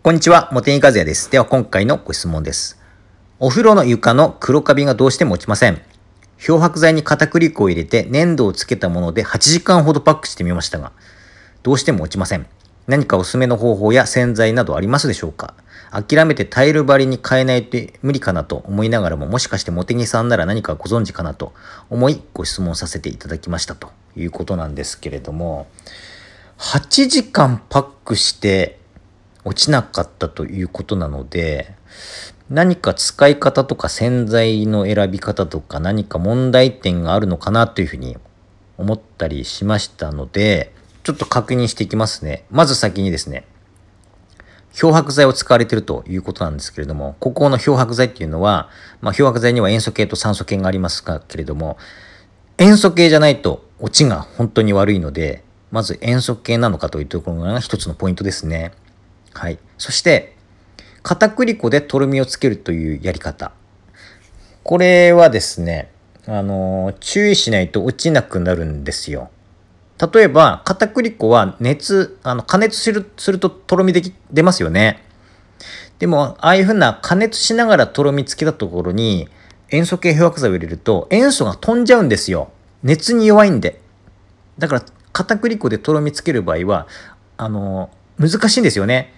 こんにちは、茂木和也です。では今回のご質問です。お風呂の床の黒カビがどうしても落ちません。漂白剤に片栗粉を入れて粘土をつけたもので8時間ほどパックしてみましたが、どうしても落ちません。何かおすすめの方法や洗剤などありますでしょうか？諦めてタイル張りに変えないと無理かなと思いながらも、もしかして茂木さんなら何かご存知かなと思いご質問させていただきましたということなんですけれども、8時間パックして落ちなかったということなので、何か使い方とか洗剤の選び方とか何か問題点があるのかなというふうに思ったりしましたので、ちょっと確認していきますね。まず先にですね、漂白剤を使われているということなんですけれども、ここの漂白剤っていうのは、漂白剤には塩素系と酸素系がありますけれども、塩素系じゃないと落ちが本当に悪いので、まず塩素系なのかというところが一つのポイントですね。はい。そして、片栗粉でとろみをつけるというやり方。これはですね、注意しないと落ちなくなるんですよ。例えば、片栗粉は加熱するととろみ出ますよね。でも、ああいうふうな加熱しながらとろみつけたところに、塩素系漂白剤を入れると、塩素が飛んじゃうんですよ。熱に弱いんで。だから、片栗粉でとろみつける場合は、難しいんですよね。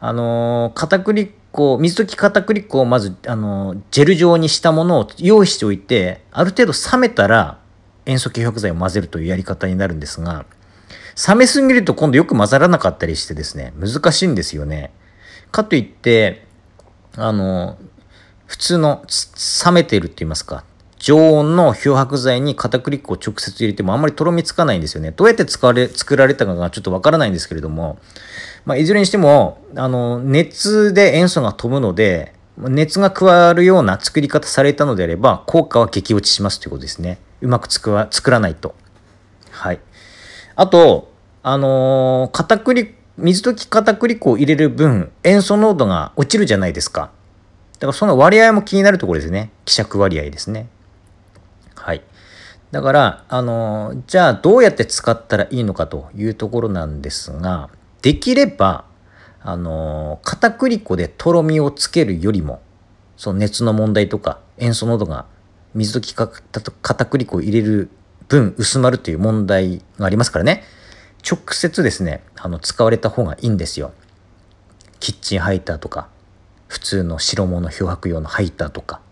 水溶き片栗粉をまず、ジェル状にしたものを用意しておいて、ある程度冷めたら、塩素系漂白剤を混ぜるというやり方になるんですが、冷めすぎると今度よく混ざらなかったりしてですね、難しいんですよね。かといって、普通の冷めているって言いますか、常温の漂白剤に片栗粉を直接入れてもあんまりとろみつかないんですよね。どうやって作られたかがちょっとわからないんですけれども、いずれにしても、熱で塩素が飛ぶので、熱が加わるような作り方されたのであれば、効果は激落ちしますということですね。うまく作らないと。はい。あと、水溶き片栗粉を入れる分、塩素濃度が落ちるじゃないですか。だからその割合も気になるところですね。希釈割合ですね。はい。だから、じゃあどうやって使ったらいいのかというところなんですが、できれば、片栗粉でとろみをつけるよりも、その熱の問題とか塩素濃度が水溶き片栗粉を入れる分薄まるという問題がありますからね。直接ですね、使われた方がいいんですよ。キッチンハイターとか、普通の白物漂白用のハイターとか、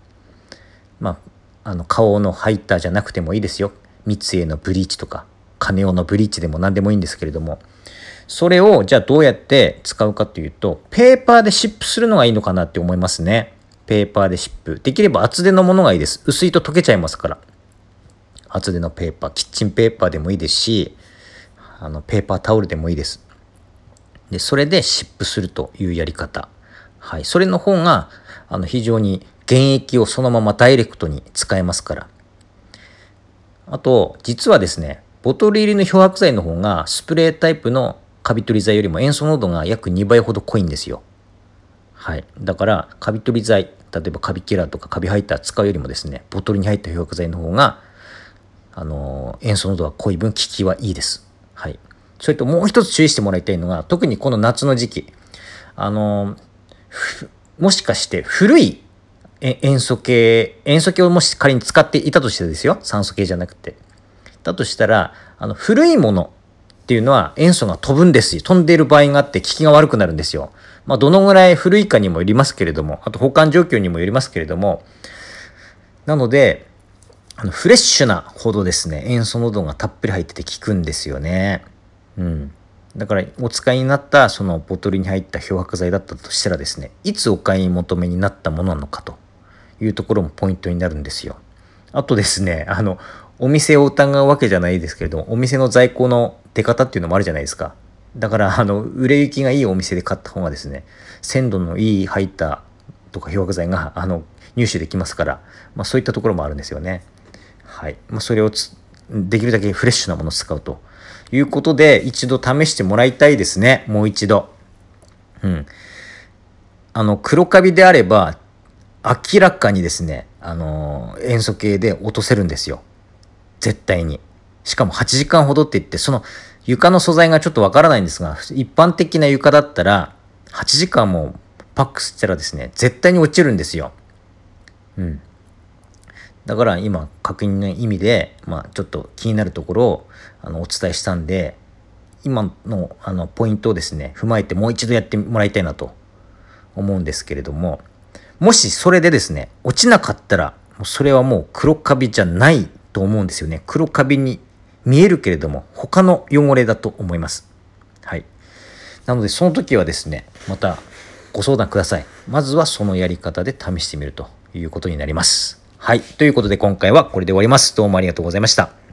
顔のハイターじゃなくてもいいですよ。三井のブリーチとか、カネオのブリーチでも何でもいいんですけれども、それをじゃあどうやって使うかというと、ペーパーで湿布するのがいいのかなって思いますね。ペーパーで湿布。できれば厚手のものがいいです。薄いと溶けちゃいますから。厚手のペーパー、キッチンペーパーでもいいですし、ペーパータオルでもいいです。で、それで湿布するというやり方。はい。それの方が、非常に原液をそのままダイレクトに使えますから。あと、実はですね、ボトル入りの漂白剤の方がスプレータイプのカビ取り剤よりも塩素濃度が約2倍ほど濃いんですよ。はい。だから、カビ取り剤、例えばカビキラーとかカビハイター使うよりもですね、ボトルに入った漂白剤の方が、塩素濃度が濃い分効きはいいです。はい。それともう一つ注意してもらいたいのが、特にこの夏の時期、もしかして古い塩素系をもし仮に使っていたとしてですよ、酸素系じゃなくて。だとしたら、古いものっていうのは塩素が飛ぶんですよ。飛んでいる場合があって効きが悪くなるんですよ。どのぐらい古いかにもよりますけれども、あと保管状況にもよりますけれども、なので、フレッシュなほどですね、塩素濃度がたっぷり入ってて効くんですよね。うん。だからお使いになったそのボトルに入った漂白剤だったとしたらですね、いつお買い求めになったものなのかというところもポイントになるんですよ。あとですね、お店を疑うわけじゃないですけれども、お店の在庫の出方っていうのもあるじゃないですか。だから売れ行きがいいお店で買った方がですね、鮮度のいい入ったとか漂白剤が入手できますから、そういったところもあるんですよね。はい。それをできるだけフレッシュなものを使うということで、一度試してもらいたいですね。もう一度。うん。黒カビであれば、明らかにですね、塩素系で落とせるんですよ。絶対に。しかも8時間ほどって言って、その床の素材がちょっとわからないんですが、一般的な床だったら、 8時間もパックしたらですね、絶対に落ちるんですよ。だから今確認の意味で、ちょっと気になるところをお伝えしたんで、今のポイントをですね踏まえてもう一度やってもらいたいなと思うんですけれども、もしそれでですね落ちなかったら、それはもう黒カビじゃないと思うんですよね。黒カビに見えるけれども他の汚れだと思います。はい。なのでその時はですねまたご相談ください。まずはそのやり方で試してみるということになります。はい。ということで今回はこれで終わります。どうもありがとうございました。